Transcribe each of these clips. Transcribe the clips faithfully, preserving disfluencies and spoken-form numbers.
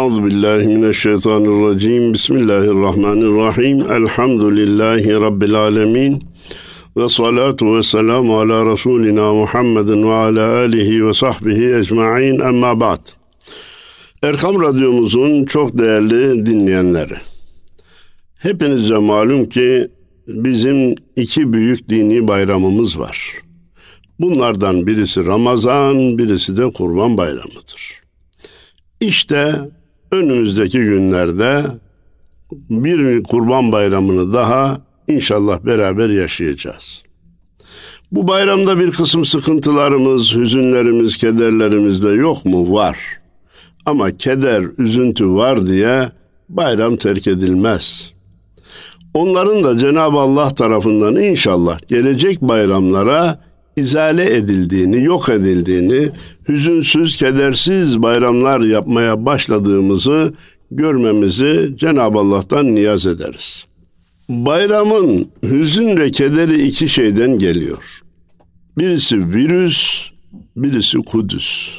Euzubillahimineşşeytanirracim. Bismillahirrahmanirrahim. Elhamdülillahi Rabbil alemin. Ve salatu ve selamu ala Resulina Muhammedin ve ala alihi ve sahbihi ecma'in, emma ba'd. Erkam Radyomuzun çok değerli dinleyenleri, hepinize malum ki bizim iki büyük dini bayramımız var. Bunlardan birisi Ramazan, birisi de Kurban Bayramı'dır. İşte önümüzdeki günlerde bir Kurban Bayramı'nı daha İnşallah beraber yaşayacağız. Bu bayramda bir kısım sıkıntılarımız, hüzünlerimiz, kederlerimiz de yok mu? Var. Ama keder, üzüntü var diye bayram terk edilmez. Onların da Cenab-ı Allah tarafından inşallah gelecek bayramlara izale edildiğini, yok edildiğini, hüzünsüz, kedersiz bayramlar yapmaya başladığımızı görmemizi Cenab-ı Allah'tan niyaz ederiz. Bayramın hüzün ve kederi iki şeyden geliyor. Birisi virüs, birisi Kudüs.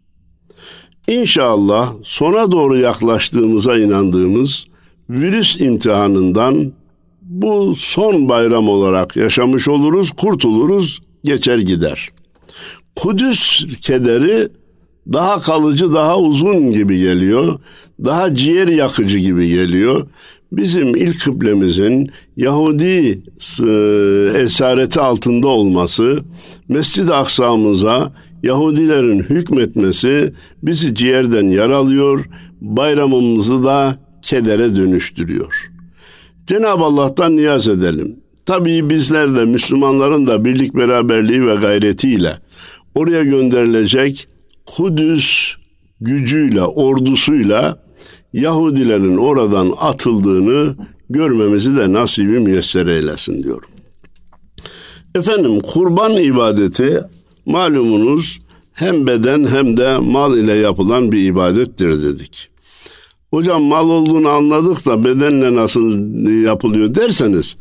İnşallah sona doğru yaklaştığımıza inandığımız virüs imtihanından bu son bayram olarak yaşamış oluruz, kurtuluruz, geçer gider. Kudüs kederi daha kalıcı, daha uzun gibi geliyor, daha ciğer yakıcı gibi geliyor. Bizim ilk kıblemizin Yahudi esareti altında olması, Mescid-i Aksa'mıza Yahudilerin hükmetmesi bizi ciğerden yaralıyor, bayramımızı da kedere dönüştürüyor. Cenab-ı Allah'tan niyaz edelim. Tabii bizler de, Müslümanların da birlik, beraberliği ve gayretiyle oraya gönderilecek Kudüs gücüyle, ordusuyla Yahudilerin oradan atıldığını görmemizi de nasibi müyesser eylesin diyorum. Efendim, kurban ibadeti malumunuz hem beden hem de mal ile yapılan bir ibadettir dedik. Hocam mal olduğunu anladık da bedenle nasıl yapılıyor derseniz,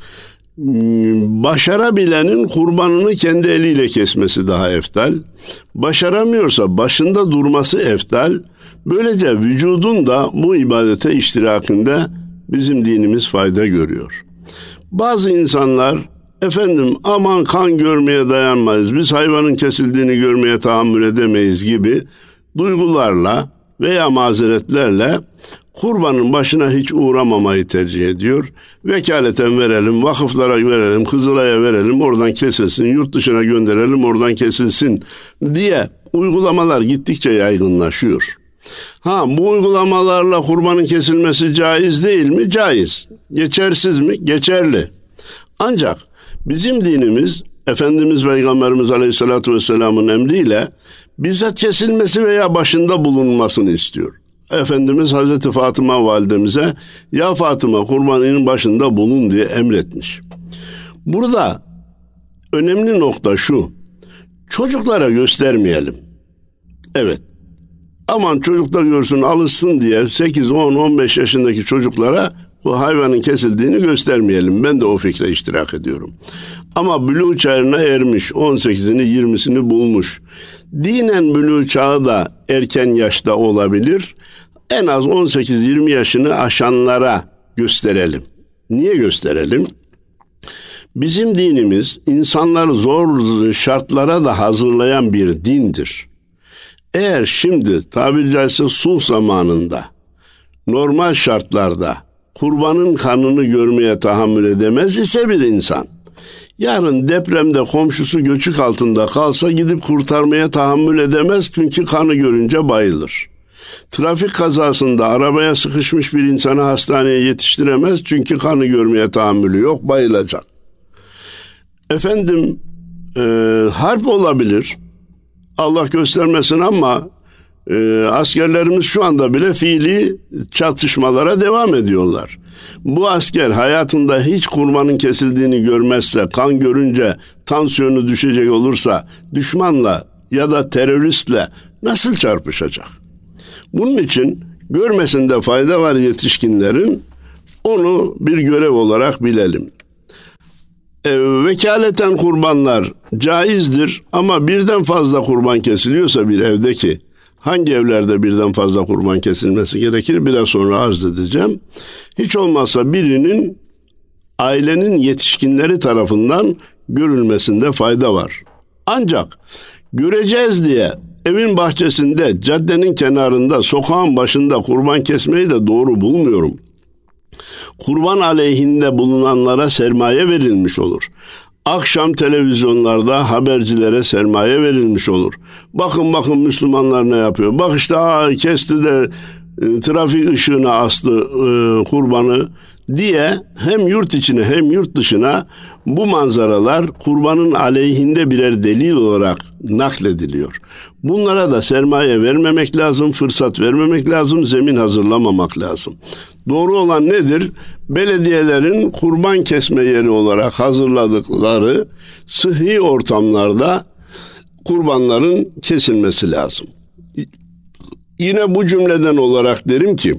başarabilenin kurbanını kendi eliyle kesmesi daha eftal. Başaramıyorsa başında durması eftal. Böylece vücudun da bu ibadete iştirakinde bizim dinimiz fayda görüyor. Bazı insanlar, efendim aman kan görmeye dayanmayız, biz hayvanın kesildiğini görmeye tahammül edemeyiz gibi duygularla veya mazeretlerle kurbanın başına hiç uğramamayı tercih ediyor. Vekaleten verelim, vakıflara verelim, Kızılay'a verelim, oradan kesilsin, yurt dışına gönderelim, oradan kesilsin diye uygulamalar gittikçe yaygınlaşıyor. Ha, bu uygulamalarla kurbanın kesilmesi caiz değil mi? Caiz. Geçersiz mi? Geçerli. Ancak bizim dinimiz, Efendimiz Peygamberimiz Aleyhisselatü Vesselam'ın emriyle bizzat kesilmesi veya başında bulunmasını istiyor. Efendimiz Hazreti Fatıma validemize, ya Fatıma kurbanının başında bulun diye emretmiş. Burada önemli nokta şu: çocuklara göstermeyelim. Evet, aman çocuklar görsün, alışsın diye sekiz, on, on beş yaşındaki çocuklara bu hayvanın kesildiğini göstermeyelim. Ben de o fikre iştirak ediyorum. Ama bülûğ çağına ermiş, on sekizini yirmisini bulmuş. Dinen bülûğ çağı da erken yaşta olabilir. En az on sekiz yirmi yaşını aşanlara gösterelim. Niye gösterelim? Bizim dinimiz insanları zor şartlara da hazırlayan bir dindir. Eğer şimdi tabiri caizse sulh zamanında, normal şartlarda kurbanın kanını görmeye tahammül edemez ise bir insan, yarın depremde komşusu göçük altında kalsa gidip kurtarmaya tahammül edemez, çünkü kanı görünce bayılır. Trafik kazasında arabaya sıkışmış bir insanı hastaneye yetiştiremez, çünkü kanı görmeye tahammülü yok, bayılacak. Efendim, e, harp olabilir, Allah göstermesin, ama e, askerlerimiz şu anda bile fiili çatışmalara devam ediyorlar. Bu asker hayatında hiç kurbanın kesildiğini görmezse, kan görünce tansiyonu düşecek olursa düşmanla ya da teröristle nasıl çarpışacak? Bunun için görmesinde fayda var yetişkinlerin, onu bir görev olarak bilelim. E, vekaleten kurbanlar caizdir, ama birden fazla kurban kesiliyorsa bir evdeki, Hangi evlerde birden fazla kurban kesilmesi gerekir? Biraz sonra arz edeceğim. Hiç olmazsa birinin ailenin yetişkinleri tarafından görülmesinde fayda var. Ancak göreceğiz diye evin bahçesinde, caddenin kenarında, sokağın başında kurban kesmeyi de doğru bulmuyorum. Kurban aleyhinde bulunanlara sermaye verilmiş olur. Akşam televizyonlarda habercilere sermaye verilmiş olur. Bakın bakın Müslümanlar ne yapıyor. Bak işte aa, kesti de e, trafik ışığına astı e, kurbanı diye hem yurt içine hem yurt dışına bu manzaralar kurbanın aleyhinde birer delil olarak naklediliyor. Bunlara da sermaye vermemek lazım, fırsat vermemek lazım, zemin hazırlamamak lazım. Doğru olan nedir? Belediyelerin kurban kesme yeri olarak hazırladıkları sıhhi ortamlarda kurbanların kesilmesi lazım. Yine bu cümleden olarak derim ki,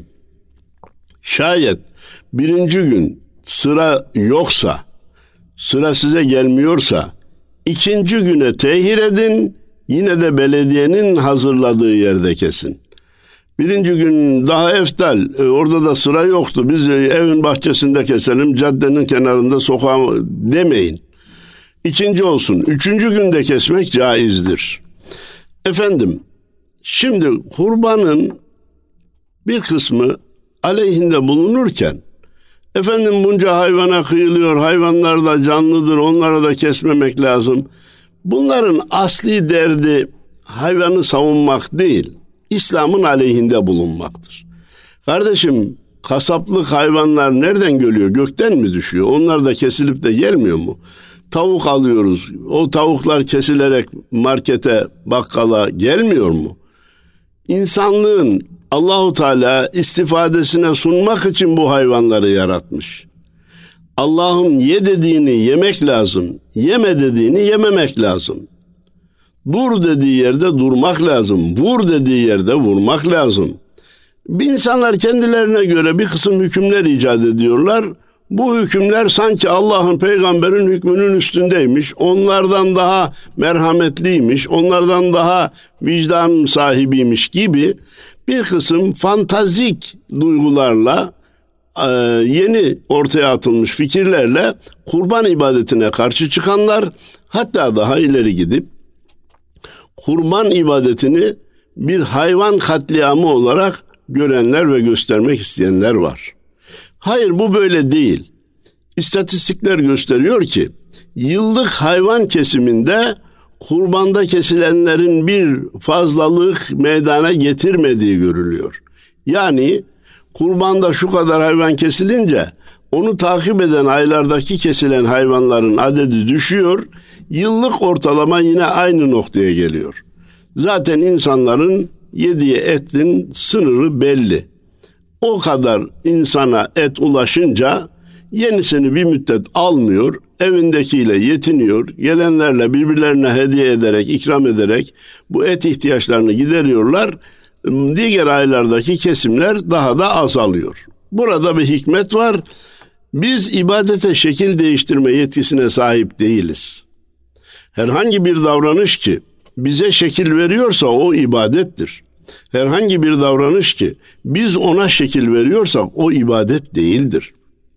şayet birinci gün sıra yoksa, sıra size gelmiyorsa, ikinci güne tehir edin, yine de belediyenin hazırladığı yerde kesin. Birinci gün daha eftal, e, orada da sıra yoktu, biz e, evin bahçesinde keselim, caddenin kenarında sokağa demeyin. İkinci olsun, üçüncü günde kesmek caizdir. Efendim, şimdi kurbanın bir kısmı aleyhinde bulunurken, efendim bunca hayvana kıyılıyor, hayvanlar da canlıdır, onlara da kesmemek lazım. Bunların asli derdi hayvanı savunmak değil, İslam'ın aleyhinde bulunmaktır. Kardeşim, kasaplık hayvanlar nereden geliyor? Gökten mi düşüyor? Onlar da kesilip de gelmiyor mu? Tavuk alıyoruz. O tavuklar kesilerek markete, bakkala gelmiyor mu? İnsanlığın Allahu Teala istifadesine sunmak için bu hayvanları yaratmış. Allah'ın ye dediğini yemek lazım, yeme dediğini yememek lazım. Dur dediği yerde durmak lazım, vur dediği yerde vurmak lazım. Bir insanlar kendilerine göre bir kısım hükümler icat ediyorlar. Bu hükümler sanki Allah'ın, peygamberin hükmünün üstündeymiş, onlardan daha merhametliymiş, onlardan daha vicdan sahibiymiş gibi bir kısım fantazik duygularla, yeni ortaya atılmış fikirlerle kurban ibadetine karşı çıkanlar, hatta daha ileri gidip kurban ibadetini bir hayvan katliamı olarak görenler ve göstermek isteyenler var. Hayır, bu böyle değil. İstatistikler gösteriyor ki yıllık hayvan kesiminde kurbanda kesilenlerin bir fazlalık meydana getirmediği görülüyor. Yani kurbanda şu kadar hayvan kesilince onu takip eden aylardaki kesilen hayvanların adedi düşüyor. Yıllık ortalama yine aynı noktaya geliyor. Zaten insanların yediği etin sınırı belli. O kadar insana et ulaşınca yenisini bir müddet almıyor, evindekiyle yetiniyor, gelenlerle birbirlerine hediye ederek, ikram ederek bu et ihtiyaçlarını gideriyorlar. Diğer aylardaki kesimler daha da azalıyor. Burada bir hikmet var. Biz ibadete şekil değiştirme yetkisine sahip değiliz. Herhangi bir davranış ki bize şekil veriyorsa o ibadettir. Herhangi bir davranış ki biz ona şekil veriyorsak o ibadet değildir.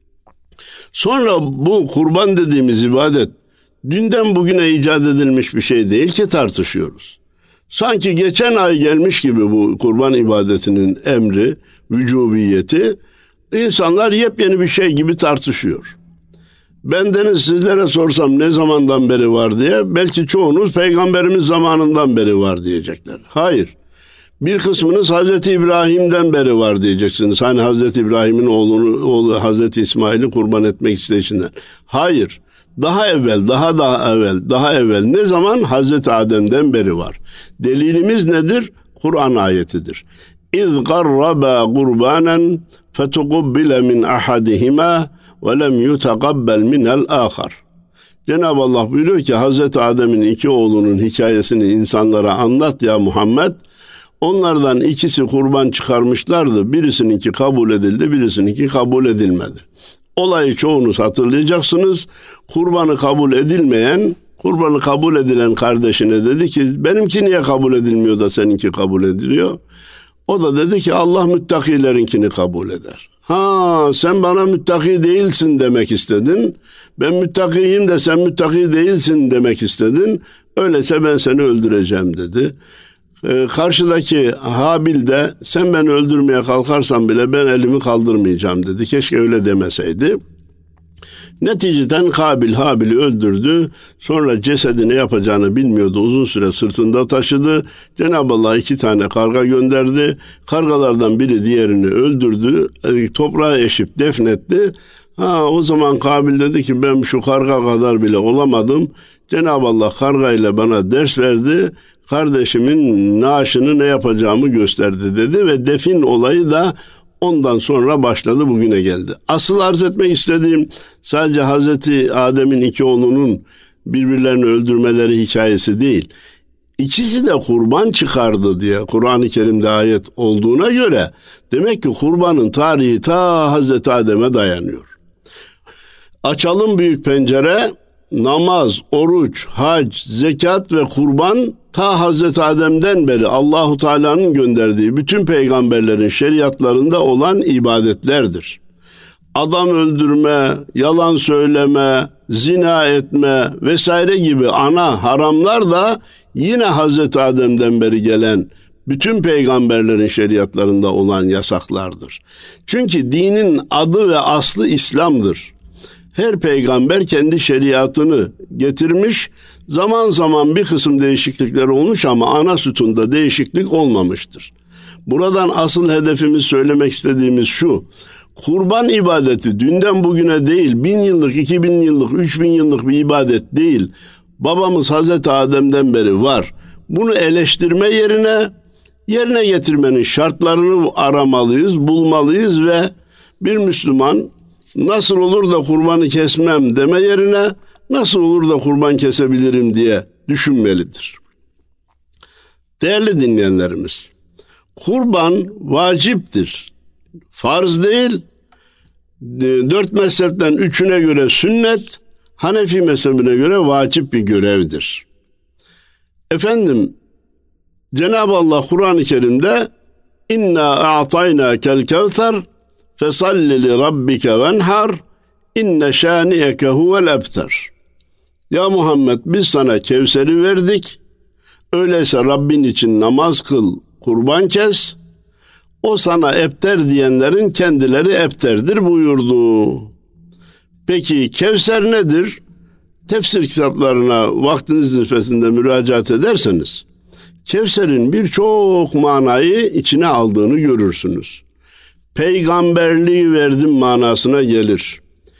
Sonra bu kurban dediğimiz ibadet dünden bugüne icat edilmiş bir şey değil ki tartışıyoruz. Sanki geçen ay gelmiş gibi bu kurban ibadetinin emri, vücubiyeti, insanlar yepyeni bir şey gibi tartışıyor. Bendeniz sizlere sorsam ne zamandan beri var diye, belki çoğunuz peygamberimiz zamanından beri var diyecekler. Hayır. Bir kısmınız Hazreti İbrahim'den beri var diyeceksiniz. Hani Hazreti İbrahim'in oğlunu, oğlu Hazreti İsmail'i kurban etmek isteyişinden. Hayır. Daha evvel, daha daha evvel, daha evvel ne zaman? Hazreti Adem'den beri var. Delilimiz nedir? Kur'an ayetidir. İz qarraba qurbanan fetuqabbala min ahadihima ve lem yutaqabbal minel ahar. Cenab-ı Allah buyuruyor ki Hazreti Adem'in iki oğlunun hikayesini insanlara anlat ya Muhammed. Onlardan ikisi kurban çıkarmışlardı. Birisininki kabul edildi, birisininki kabul edilmedi. Olayı çoğunuz hatırlayacaksınız. Kurbanı kabul edilmeyen Kurbanı kabul edilen kardeşine dedi ki benimki niye kabul edilmiyor da seninki kabul ediliyor? O da dedi ki Allah müttakilerinkini kabul eder. Ha sen bana müttaki değilsin demek istedin. Ben müttakiyim de sen müttaki değilsin demek istedin. Öyleyse ben seni öldüreceğim dedi. Ee, karşıdaki Habil de sen beni öldürmeye kalkarsan bile ben elimi kaldırmayacağım dedi. Keşke öyle demeseydi. Neticeden Kabil Habil'i öldürdü. Sonra cesedini yapacağını bilmiyordu. Uzun süre sırtında taşıdı. Cenab-ı Allah iki tane karga gönderdi. Kargalardan biri diğerini öldürdü. Toprağa eşip defnetti. Ha, o zaman Kabil dedi ki ben şu karga kadar bile olamadım. Cenab-ı Allah karga ile bana ders verdi. Kardeşimin naaşını ne yapacağımı gösterdi dedi ve defin olayı da ondan sonra başladı, bugüne geldi. Asıl arz etmek istediğim sadece Hazreti Adem'in iki oğlunun birbirlerini öldürmeleri hikayesi değil. İkisi de kurban çıkardı diye Kur'an-ı Kerim'de ayet olduğuna göre demek ki kurbanın tarihi ta Hazreti Adem'e dayanıyor. Açalım büyük pencere, namaz, oruç, hac, zekat ve kurban ta Hazreti Adem'den beri Allahu Teala'nın gönderdiği bütün peygamberlerin şeriatlarında olan ibadetlerdir. Adam öldürme, yalan söyleme, zina etme vesaire gibi ana haramlar da yine Hazreti Adem'den beri gelen bütün peygamberlerin şeriatlarında olan yasaklardır. Çünkü dinin adı ve aslı İslam'dır. Her peygamber kendi şeriatını getirmiş, zaman zaman bir kısım değişiklikler olmuş ama ana sütunda değişiklik olmamıştır. Buradan asıl hedefimiz, söylemek istediğimiz şu: kurban ibadeti dünden bugüne değil, bin yıllık, iki bin yıllık, üç bin yıllık bir ibadet değil. Babamız Hazreti Adem'den beri var. Bunu eleştirme yerine, yerine getirmenin şartlarını aramalıyız, bulmalıyız ve bir Müslüman nasıl olur da kurbanı kesmem deme yerine nasıl olur da kurban kesebilirim diye düşünmelidir. Değerli dinleyenlerimiz, kurban vaciptir. Farz değil. Dört mezhepten üçüne göre sünnet, Hanefi mezhebine göre vacip bir görevdir. Efendim, Cenab-ı Allah Kur'an-ı Kerim'de İnna a'tayna kel kevser fesalli li rabbike venhar inne şâniyeke huvel ebter. Ya Muhammed, biz sana Kevser'i verdik. Öyleyse Rabbin için namaz kıl, kurban kes. O sana ebter diyenlerin kendileri ebterdir buyurdu. Peki Kevser nedir? Tefsir kitaplarına vaktiniz nispetinde müracaat ederseniz Kevser'in birçok manayı içine aldığını görürsünüz. Peygamberliği verdim manasına gelir.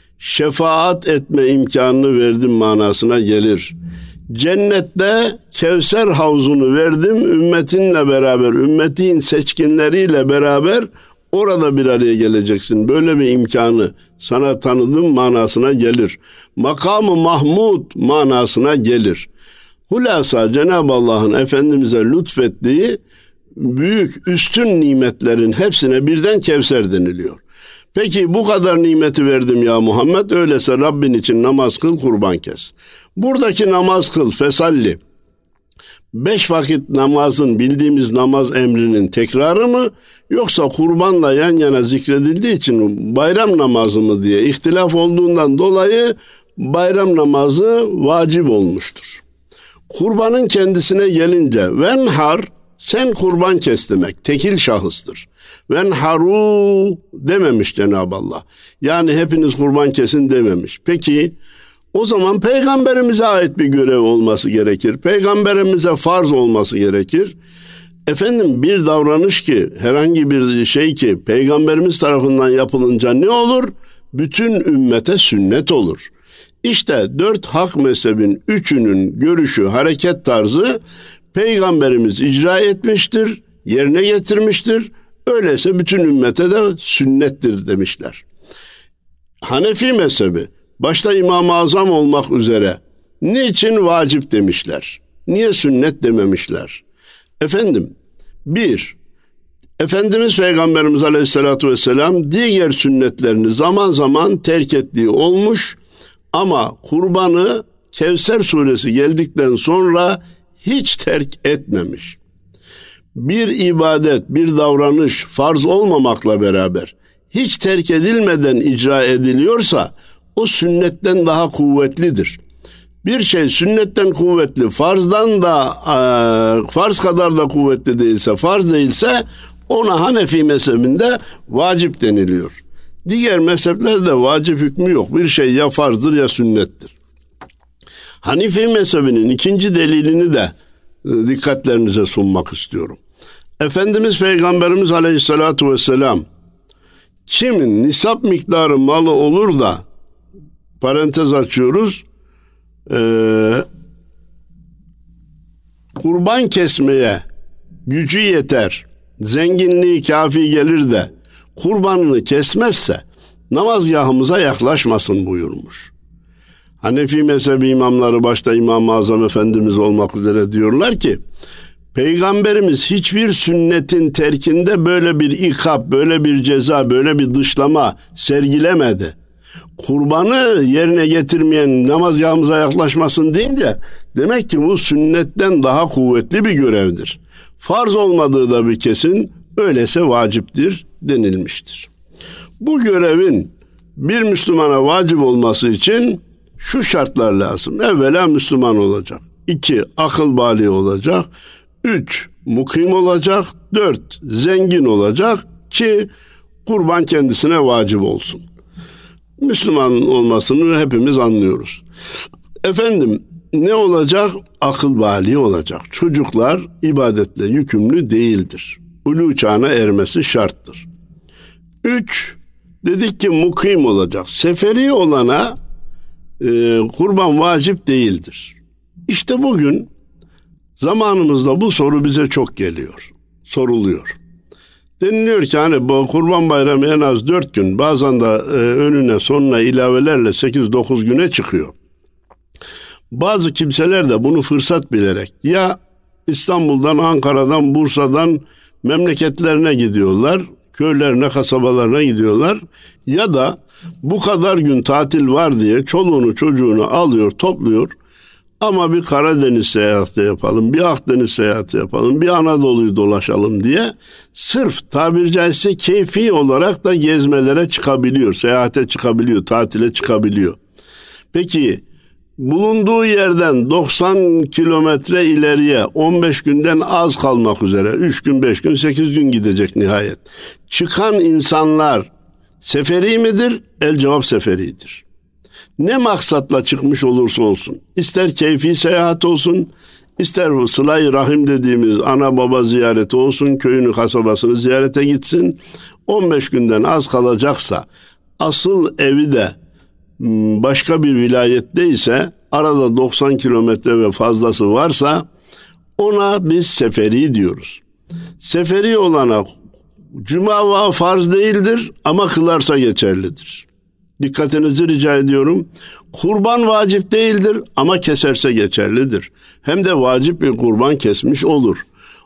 Şefaat etme imkanını verdim manasına gelir. Cennette Kevser havzunu verdim, ümmetinle beraber, ümmetin seçkinleriyle beraber orada bir araya geleceksin. Böyle bir imkanı sana tanıdım manasına gelir. Makamı Mahmud manasına gelir. Hulasa Cenab-ı Allah'ın Efendimiz'e lütfettiği büyük üstün nimetlerin hepsine birden Kevser deniliyor. Peki bu kadar nimeti verdim ya Muhammed, öyleyse Rabbin için namaz kıl, kurban kes. Buradaki namaz kıl, fesalli, beş vakit namazın, bildiğimiz namaz emrinin tekrarı mı, yoksa kurbanla yan yana zikredildiği için bayram namazı mı diye ihtilaf olduğundan dolayı bayram namazı vacip olmuştur. Kurbanın kendisine gelince venhar, sen kurban kes demek, tekil şahıstır. Venharu dememiş Cenab-ı Allah. Yani hepiniz kurban kesin dememiş. Peki o zaman peygamberimize ait bir görev olması gerekir. Peygamberimize farz olması gerekir. Efendim, bir davranış ki, herhangi bir şey ki peygamberimiz tarafından yapılınca ne olur? Bütün ümmete sünnet olur. İşte dört hak mezhebin üçünün görüşü, hareket tarzı peygamberimiz icra etmiştir, yerine getirmiştir. Öyleyse bütün ümmete de sünnettir demişler. Hanefi mezhebi başta İmam-ı Azam olmak üzere niçin vacip demişler? Niye sünnet dememişler? Efendim, bir, Efendimiz Peygamberimiz Aleyhisselatü Vesselam diğer sünnetlerini zaman zaman terk ettiği olmuş ama kurbanı Kevser suresi geldikten sonra hiç terk etmemiş. Bir ibadet, bir davranış farz olmamakla beraber hiç terk edilmeden icra ediliyorsa o sünnetten daha kuvvetlidir. Bir şey sünnetten kuvvetli, farzdan da e, farz kadar da kuvvetli değilse, farz değilse ona Hanefi mezhebinde vacip deniliyor. Diğer mezheplerde vacip hükmü yok. Bir şey ya farzdır ya sünnettir. Hanefi mezhebinin ikinci delilini de e, dikkatlerinize sunmak istiyorum. Efendimiz Peygamberimiz Aleyhisselatü Vesselam kimin nisap miktarı malı olur da parantez açıyoruz Ee, kurban kesmeye gücü yeter, zenginliği kafi gelir de kurbanını kesmezse namazgahımıza yaklaşmasın buyurmuş. Hanefi mezhebi imamları başta İmam-ı Azam Efendimiz olmak üzere diyorlar ki Peygamberimiz hiçbir sünnetin terkinde böyle bir ikab, böyle bir ceza, böyle bir dışlama sergilemedi. Kurbanı yerine getirmeyen namazgahımıza yaklaşmasın deyince demek ki bu sünnetten daha kuvvetli bir görevdir. Farz olmadığı da bir kesin, öyleyse vaciptir denilmiştir. Bu görevin bir Müslümana vacip olması için şu şartlar lazım. Evvela Müslüman olacak. İki, akıl bali olacak. Üç, mukim olacak. Dört, zengin olacak ki kurban kendisine vacip olsun. Müslüman olmasını hepimiz anlıyoruz. Efendim ne olacak? Akıl bali olacak. Çocuklar ibadetle yükümlü değildir. Ulu çağına ermesi şarttır. Üç, dedik ki mukim olacak. Seferi olana e, kurban vacip değildir. İşte bugün zamanımızda bu soru bize çok geliyor. Soruluyor. Deniliyor ki hani bu Kurban Bayramı en az dört gün, bazen de e, önüne sonuna ilavelerle sekiz dokuz güne çıkıyor. Bazı kimseler de bunu fırsat bilerek ya İstanbul'dan, Ankara'dan, Bursa'dan memleketlerine gidiyorlar, köylerine, kasabalarına gidiyorlar ya da bu kadar gün tatil var diye çoluğunu çocuğunu alıyor, topluyor. Ama bir Karadeniz seyahati yapalım, bir Akdeniz seyahati yapalım, bir Anadolu'yu dolaşalım diye sırf tabiri caizse keyfi olarak da gezmelere çıkabiliyor, seyahate çıkabiliyor, tatile çıkabiliyor. Peki bulunduğu yerden doksan kilometre ileriye on beş günden az kalmak üzere üç gün, beş gün, sekiz gün gidecek nihayet. Çıkan insanlar seferi midir? El cevap seferidir. Ne maksatla çıkmış olursa olsun, ister keyfi seyahat olsun, ister sıla-i rahim dediğimiz ana baba ziyareti olsun, köyünü kasabasını ziyarete gitsin, on beş günden az kalacaksa, asıl evi de başka bir vilayette ise, arada doksan kilometre ve fazlası varsa, ona biz seferi diyoruz. Seferi olana cuma vağı farz değildir ama kılarsa geçerlidir. Dikkatinizi rica ediyorum. Kurban vacip değildir ama keserse geçerlidir. Hem de vacip bir kurban kesmiş olur.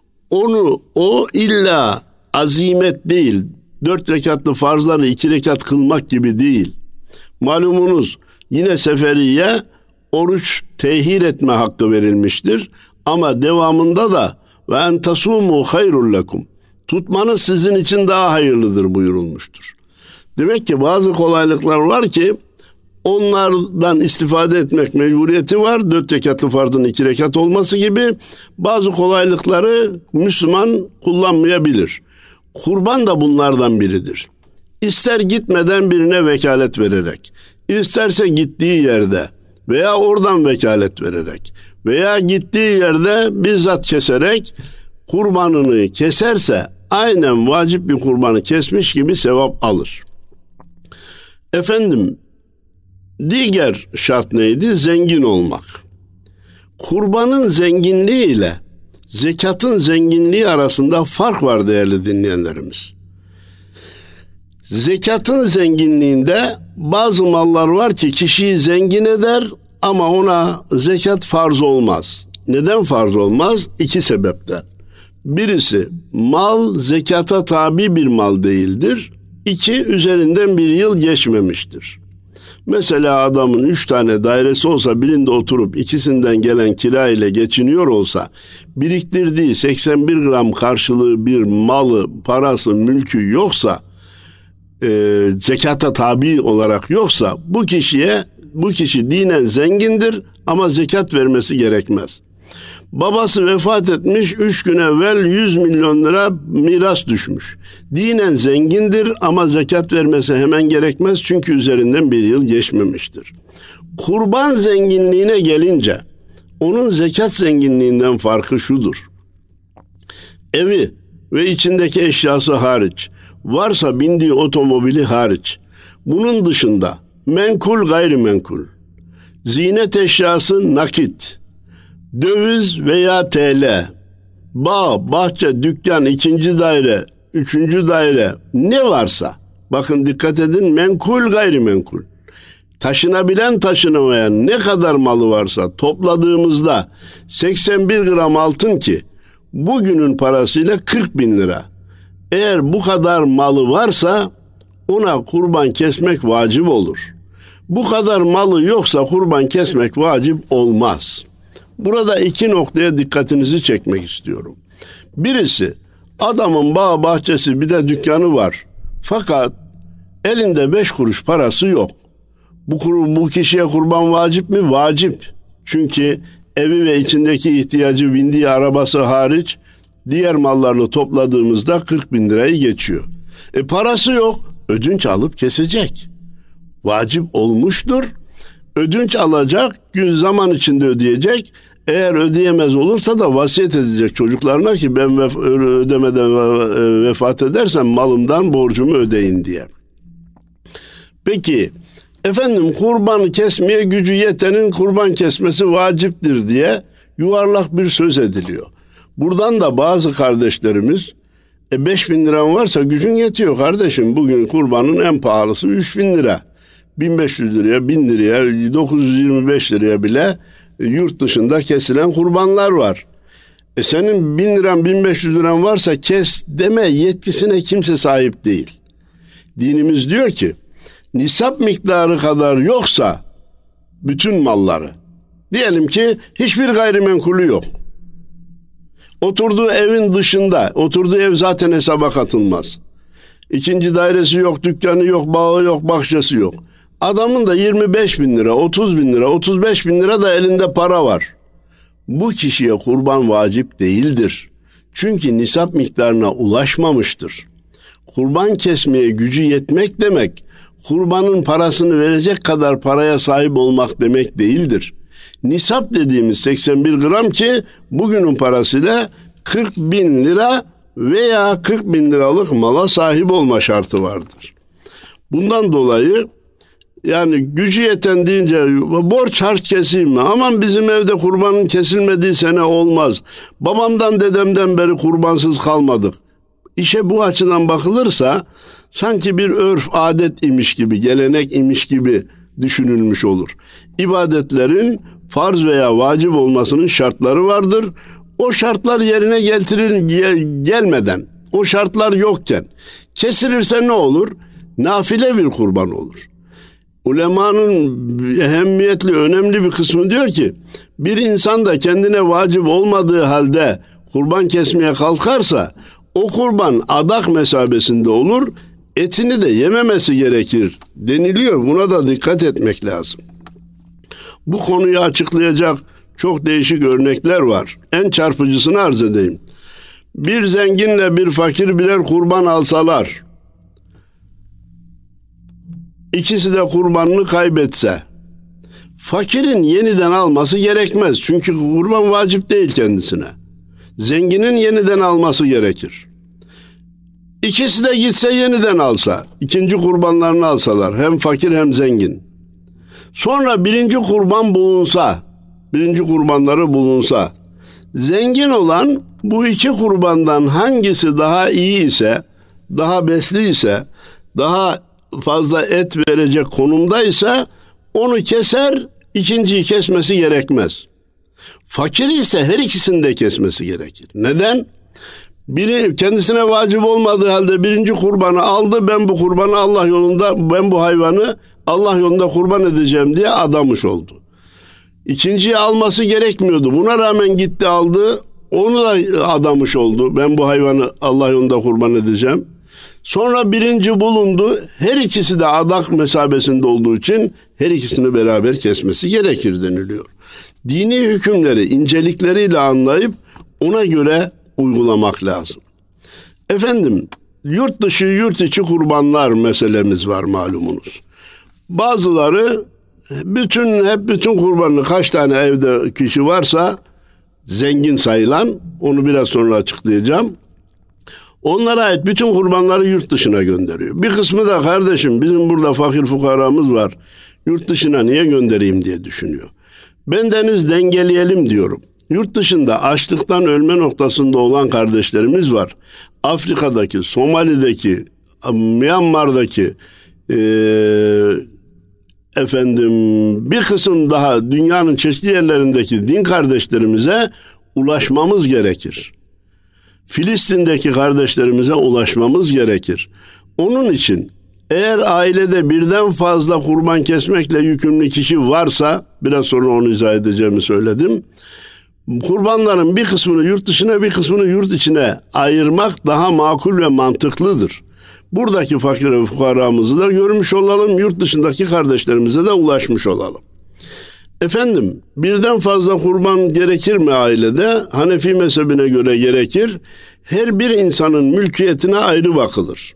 Onu o illa azimet değil, dört rekatlı farzları iki rekat kılmak gibi değil. Malumunuz yine seferiye oruç tehir etme hakkı verilmiştir. Ama devamında da ve en tasumu hayrul lekum, tutmanız sizin için daha hayırlıdır buyurulmuştur. Demek ki bazı kolaylıklar var ki onlardan istifade etmek mecburiyeti var. Dört rekatlı farzın iki rekat olması gibi bazı kolaylıkları Müslüman kullanmayabilir. Kurban da bunlardan biridir. İster gitmeden birine vekalet vererek, isterse gittiği yerde veya oradan vekalet vererek veya gittiği yerde bizzat keserek kurbanını keserse aynen vacip bir kurbanı kesmiş gibi sevap alır. Efendim, diğer şart neydi? Zengin olmak. Kurbanın zenginliği ile zekatın zenginliği arasında fark var değerli dinleyenlerimiz. Zekatın zenginliğinde bazı mallar var ki kişiyi zengin eder ama ona zekat farz olmaz. Neden farz olmaz? İki sebepten. Birisi, mal zekata tabi bir mal değildir. İki, üzerinden bir yıl geçmemiştir. Mesela adamın üç tane dairesi olsa birinde oturup ikisinden gelen kira ile geçiniyor olsa, biriktirdiği seksen bir gram karşılığı bir malı, parası, mülkü yoksa, e, zekata tabi olarak yoksa bu kişiye, bu kişi dinen zengindir ama zekat vermesi gerekmez. Babası vefat etmiş, üç gün evvel yüz milyon lira miras düşmüş. Dinen zengindir ama zekat vermesi hemen gerekmez çünkü üzerinden bir yıl geçmemiştir. Kurban zenginliğine gelince onun zekat zenginliğinden farkı şudur. Evi ve içindeki eşyası hariç, varsa bindiği otomobili hariç, bunun dışında menkul gayrimenkul, ziynet eşyası nakit, döviz veya T L, bağ, bahçe, dükkan, ikinci daire, üçüncü daire ne varsa, bakın dikkat edin, menkul gayrimenkul, taşınabilen taşınamayan ne kadar malı varsa topladığımızda seksen bir gram altın ki bugünün parasıyla kırk bin lira. Eğer bu kadar malı varsa ona kurban kesmek vacip olur. Bu kadar malı yoksa kurban kesmek vacip olmaz. Burada iki noktaya dikkatinizi çekmek istiyorum. Birisi, adamın bağ bahçesi bir de dükkanı var. Fakat elinde beş kuruş parası yok. Bu, bu kişiye kurban vacip mi? Vacip. Çünkü evi ve içindeki ihtiyacı, bindiği arabası hariç diğer mallarını topladığımızda kırk bin lirayı geçiyor. E parası yok. Ödünç alıp kesecek. Vacip olmuştur. Ödünç alacak, gün zaman içinde ödeyecek. Eğer ödeyemez olursa da vasiyet edecek çocuklarına ki ben vef- ödemeden vefat edersem malımdan borcumu ödeyin diye. Peki efendim, kurbanı kesmeye gücü yetenin kurban kesmesi vaciptir diye yuvarlak bir söz ediliyor. Buradan da bazı kardeşlerimiz e beş bin liran varsa gücün yetiyor kardeşim. Bugün kurbanın en pahalısı üç bin lira. bin beş yüz liraya, bin liraya, dokuz yüz yirmi beş liraya bile yurt dışında kesilen kurbanlar var. E senin bin liran, bin beş yüz liran varsa kes deme yetkisine kimse sahip değil. Dinimiz diyor ki nisap miktarı kadar yoksa bütün malları, diyelim ki hiçbir gayrimenkulü yok. Oturduğu evin dışında, oturduğu ev zaten hesaba katılmaz. İkinci dairesi yok, dükkanı yok, bağı yok, bahçesi yok. Adamın da yirmi beş bin lira, otuz bin lira, otuz beş bin lira da elinde para var. Bu kişiye kurban vacip değildir. Çünkü nisap miktarına ulaşmamıştır. Kurban kesmeye gücü yetmek demek, kurbanın parasını verecek kadar paraya sahip olmak demek değildir. Nisap dediğimiz seksen bir gram ki bugünün parasıyla kırk bin lira veya kırk bin liralık mala sahip olma şartı vardır. Bundan dolayı yani gücü yeten deyince borç harç keseyim mi? Aman bizim evde kurbanın kesilmediği sene olmaz. Babamdan dedemden beri kurbansız kalmadık. İşe bu açıdan bakılırsa sanki bir örf adet imiş gibi, gelenek imiş gibi düşünülmüş olur. İbadetlerin farz veya vacip olmasının şartları vardır. O şartlar yerine getirir gelmeden, o şartlar yokken kesilirse ne olur? Nafile bir kurban olur. Ulemanın ehemmiyetli, önemli bir kısmı diyor ki, bir insan da kendine vacip olmadığı halde kurban kesmeye kalkarsa, o kurban adak mesabesinde olur, etini de yememesi gerekir deniliyor. Buna da dikkat etmek lazım. Bu konuyu açıklayacak çok değişik örnekler var. En çarpıcısını arz edeyim. Bir zenginle bir fakir birer kurban alsalar, İkisi de kurbanını kaybetse, fakirin yeniden alması gerekmez. Çünkü kurban vacip değil kendisine. Zenginin yeniden alması gerekir. İkisi de gitse yeniden alsa, ikinci kurbanlarını alsalar, hem fakir hem zengin. Sonra birinci kurban bulunsa, birinci kurbanları bulunsa, zengin olan bu iki kurbandan hangisi daha iyi ise, daha besli ise, daha fazla et verecek konumdaysa onu keser, ikinciyi kesmesi gerekmez. Fakir ise her ikisini de kesmesi gerekir. Neden? Biri kendisine vacip olmadığı halde birinci kurbanı aldı. Ben bu kurbanı Allah yolunda, ben bu hayvanı Allah yolunda kurban edeceğim diye adamış oldu. İkinciyi alması gerekmiyordu. Buna rağmen gitti aldı. Onu da adamış oldu. Ben bu hayvanı Allah yolunda kurban edeceğim. Sonra birinci bulundu. Her ikisi de adak mesabesinde olduğu için her ikisini beraber kesmesi gerekir deniliyor. Dini hükümleri incelikleriyle anlayıp ona göre uygulamak lazım. Efendim, yurt dışı yurt içi kurbanlar meselemiz var malumunuz. Bazıları bütün hep bütün kurbanını kaç tane evde kişi varsa zengin sayılan, onu biraz sonra açıklayacağım. Onlara ait bütün kurbanları yurt dışına gönderiyor. Bir kısmı da kardeşim bizim burada fakir fukaramız var. Yurt dışına niye göndereyim diye düşünüyor. Ben deniz dengeleyelim diyorum. Yurt dışında açlıktan ölme noktasında olan kardeşlerimiz var. Afrika'daki, Somali'deki, Myanmar'daki e, efendim bir kısım daha dünyanın çeşitli yerlerindeki din kardeşlerimize ulaşmamız gerekir. Filistin'deki kardeşlerimize ulaşmamız gerekir. Onun için eğer ailede birden fazla kurban kesmekle yükümlü kişi varsa, biraz sonra onu izah edeceğimi söyledim. Kurbanların bir kısmını yurt dışına, bir kısmını yurt içine ayırmak daha makul ve mantıklıdır. Buradaki fakir ve fukaramızı da görmüş olalım, yurt dışındaki kardeşlerimize de ulaşmış olalım. Efendim, birden fazla kurban gerekir mi ailede? Hanefi mezhebine göre gerekir. Her bir insanın mülkiyetine ayrı bakılır.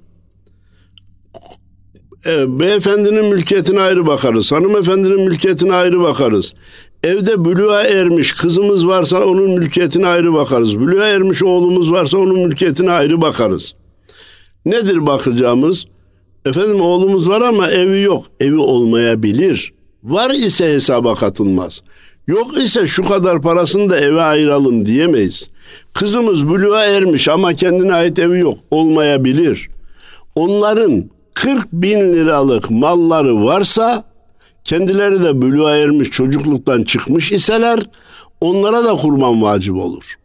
E, beyefendinin mülkiyetine ayrı bakarız. Hanımefendinin mülkiyetine ayrı bakarız. Evde buluğa ermiş kızımız varsa onun mülkiyetine ayrı bakarız. Buluğa ermiş oğlumuz varsa onun mülkiyetine ayrı bakarız. Nedir bakacağımız? Efendim oğlumuz var ama evi yok. Evi olmayabilir. Var ise hesaba katılmaz. Yok ise şu kadar parasını da eve ayıralım diyemeyiz. Kızımız buluğa ermiş ama kendine ait evi yok. Olmayabilir. Onların kırk bin liralık malları varsa, kendileri de buluğa ermiş çocukluktan çıkmış iseler, onlara da kurban vacip olur.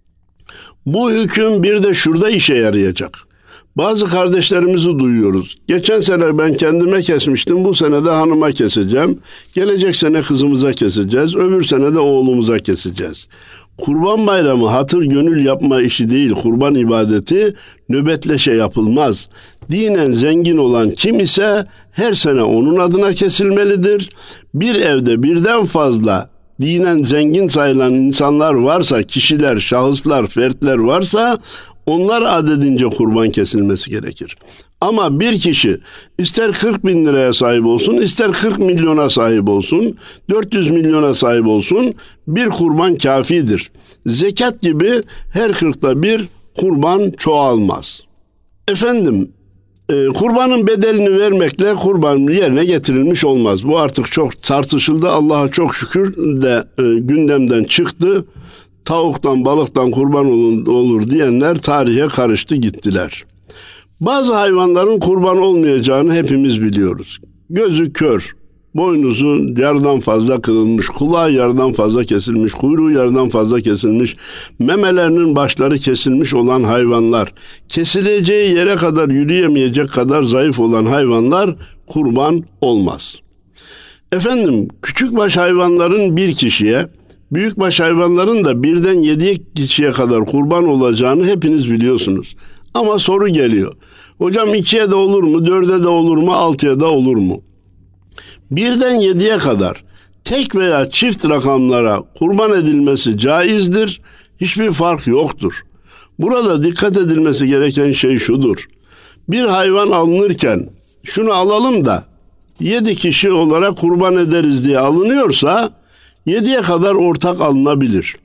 Bu hüküm bir de şurada işe yarayacak. Bazı kardeşlerimizi duyuyoruz. Geçen sene ben kendime kesmiştim, bu sene de hanıma keseceğim. Gelecek sene kızımıza keseceğiz, öbür sene de oğlumuza keseceğiz. Kurban bayramı hatır gönül yapma işi değil, kurban ibadeti nöbetleşe yapılmaz. Dinen zengin olan kim ise her sene onun adına kesilmelidir. Bir evde birden fazla dinen zengin sayılan insanlar varsa, kişiler, şahıslar, fertler varsa onlar adedince kurban kesilmesi gerekir. Ama bir kişi ister kırk bin liraya sahip olsun, ister kırk milyona sahip olsun, dört yüz milyona sahip olsun, bir kurban kafidir. Zekat gibi her kırkta bir kurban çoğalmaz. Efendim, e, kurbanın bedelini vermekle kurban yerine getirilmiş olmaz. Bu artık çok tartışıldı. Allah'a çok şükür de e, gündemden çıktı. Tavuktan, balıktan kurban olur, olur diyenler tarihe karıştı gittiler. Bazı hayvanların kurban olmayacağını hepimiz biliyoruz. Gözü kör, boynuzu yarıdan fazla kırılmış, kulağı yarıdan fazla kesilmiş, kuyruğu yarıdan fazla kesilmiş, memelerinin başları kesilmiş olan hayvanlar, kesileceği yere kadar yürüyemeyecek kadar zayıf olan hayvanlar kurban olmaz. Efendim, küçükbaş hayvanların bir kişiye, büyükbaş hayvanların da birden yediye kişiye kadar kurban olacağını hepiniz biliyorsunuz. Ama soru geliyor. Hocam ikiye de olur mu, dörde de olur mu, altıya da olur mu? Birden yediye kadar tek veya çift rakamlara kurban edilmesi caizdir. Hiçbir fark yoktur. Burada dikkat edilmesi gereken şey şudur. Bir hayvan alınırken şunu alalım da yedi kişi olarak kurban ederiz diye alınıyorsa yediye kadar ortak alınabilir.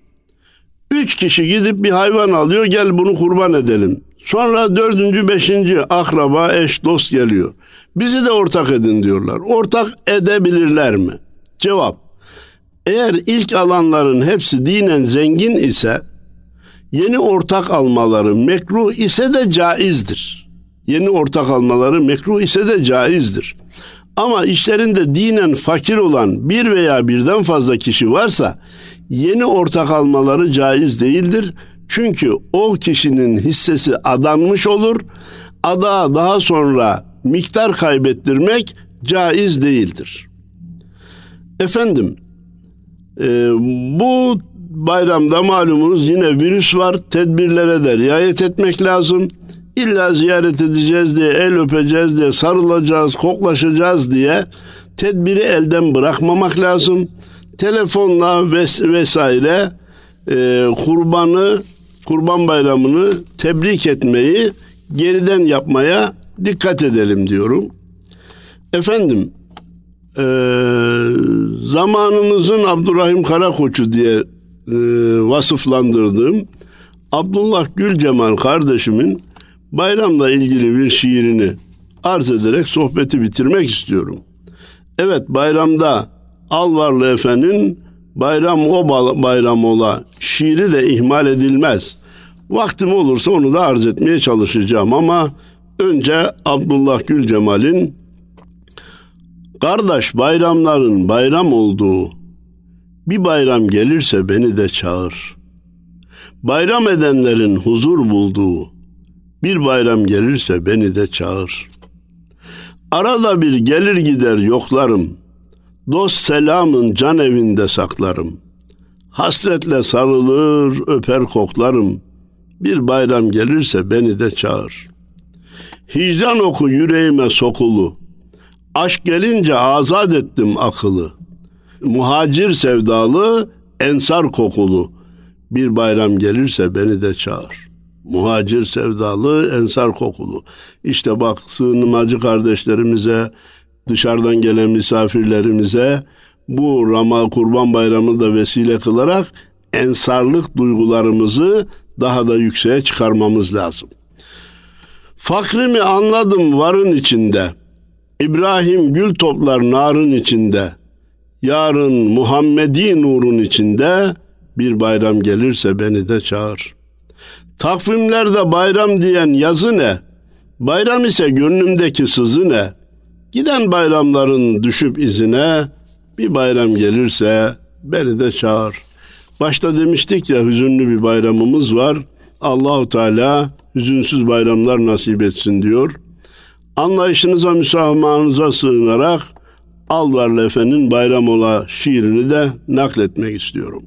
Üç kişi gidip bir hayvan alıyor, gel bunu kurban edelim. Sonra dördüncü, beşinci akraba, eş, dost geliyor. Bizi de ortak edin diyorlar. Ortak edebilirler mi? Cevap: eğer ilk alanların hepsi dinen zengin ise yeni ortak almaları mekruh ise de caizdir. Yeni ortak almaları mekruh ise de caizdir. Ama işlerinde dinen fakir olan bir veya birden fazla kişi varsa yeni ortak almaları caiz değildir. Çünkü o kişinin hissesi adanmış olur. Adağa daha sonra miktar kaybettirmek caiz değildir. Efendim, e, bu bayramda malumunuz yine virüs var. Tedbirlere de riayet etmek lazım. İlla ziyaret edeceğiz diye, el öpeceğiz diye, sarılacağız, koklaşacağız diye tedbiri elden bırakmamak lazım. Telefonla ves- vesaire e, kurbanı, kurban bayramını tebrik etmeyi geriden yapmaya dikkat edelim diyorum. Efendim, e, zamanımızın Abdurrahim Karakoç'u diye e, vasıflandırdığım Abdullah Gülcemal kardeşimin bayramla ilgili bir şiirini arz ederek sohbeti bitirmek istiyorum. Evet, bayramda Alvarlı Efe'nin bayram o bayram ola şiiri de ihmal edilmez. Vaktim olursa onu da arz etmeye çalışacağım ama önce Abdullah Gülcemal'in kardeş bayramların bayram olduğu bir bayram gelirse beni de çağır. Bayram edenlerin huzur bulduğu bir bayram gelirse beni de çağır. Arada bir gelir gider yoklarım. Dost selamın can evinde saklarım. Hasretle sarılır öper koklarım. Bir bayram gelirse beni de çağır. Hicran oku yüreğime sokulu. Aşk gelince azat ettim akılı. Muhacir sevdalı, ensar kokulu. Bir bayram gelirse beni de çağır. Muhacir sevdalı, ensar kokulu. İşte bak, sığınmacı kardeşlerimize, dışarıdan gelen misafirlerimize bu Ramazan Kurban Bayramı'nı da vesile kılarak ensarlık duygularımızı daha da yükseğe çıkarmamız lazım. Fakrimi anladım varın içinde. İbrahim gül toplar narın içinde. Yarın Muhammedi nurun içinde. Bir bayram gelirse beni de çağır. Takvimlerde bayram diyen yazı ne? Bayram ise gönlümdeki sızı ne? Giden bayramların düşüp izine, bir bayram gelirse beni de çağır. Başta demiştik ya, hüzünlü bir bayramımız var. Allahu Teala hüzünsüz bayramlar nasip etsin diyor. Anlayışınıza, müsamahanıza sığınarak Alvarlı Efe'nin Bayram Ola şiirini de nakletmek istiyorum.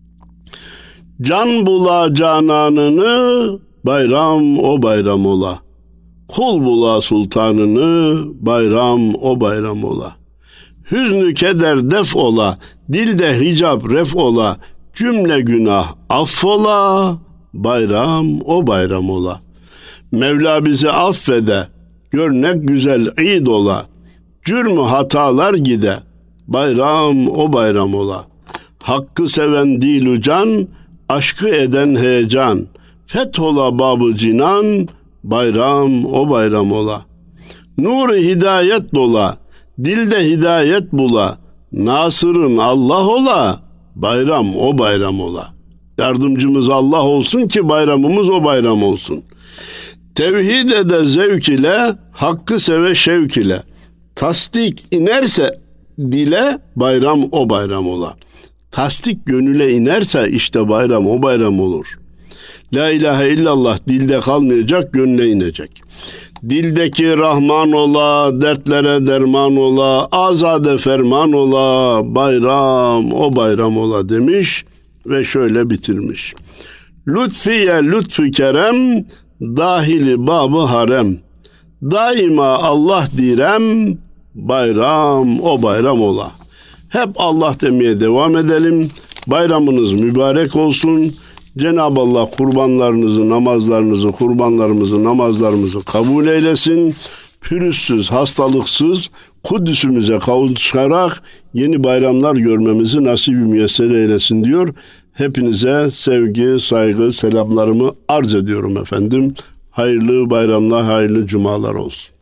Can bula cananını, bayram o bayram ola. Kul bula sultanını, bayram o bayram ola. Hüznü keder def ola, dilde hicap ref ola. Cümle günah affola, bayram o bayram ola. Mevla bizi affede, görnek güzel id ola. Cürmü hatalar gide, bayram o bayram ola. Hakkı seven dilu can, aşkı eden heyecan. Fethola babı cinan, bayram o bayram ola. Nur-u hidayet dola, dilde hidayet bula. Nasırın Allah ola, bayram o bayram ola. Yardımcımız Allah olsun ki bayramımız o bayram olsun. Tevhid ede zevk ile, hakkı seve şevk ile. Tasdik inerse dile, bayram o bayram ola. Tasdik gönüle inerse işte bayram o bayram olur. La ilahe illallah dilde kalmayacak, gönle inecek. Dildeki Rahman ola, dertlere derman ola, azade ferman ola, bayram o bayram ola demiş ve şöyle bitirmiş. Lütfiye lütfü kerem, dahili babı harem. Daima Allah direm, bayram o bayram ola. Hep Allah demeye devam edelim. Bayramınız mübarek olsun. Cenab-ı Allah kurbanlarınızı, namazlarınızı, kurbanlarımızı, namazlarımızı kabul eylesin. Pürüzsüz, hastalıksız Kudüs'ümüze kavuşarak yeni bayramlar görmemizi nasip-i müyesser eylesin diyor. Hepinize sevgi, saygı, selamlarımı arz ediyorum efendim. Hayırlı bayramlar, hayırlı cumalar olsun.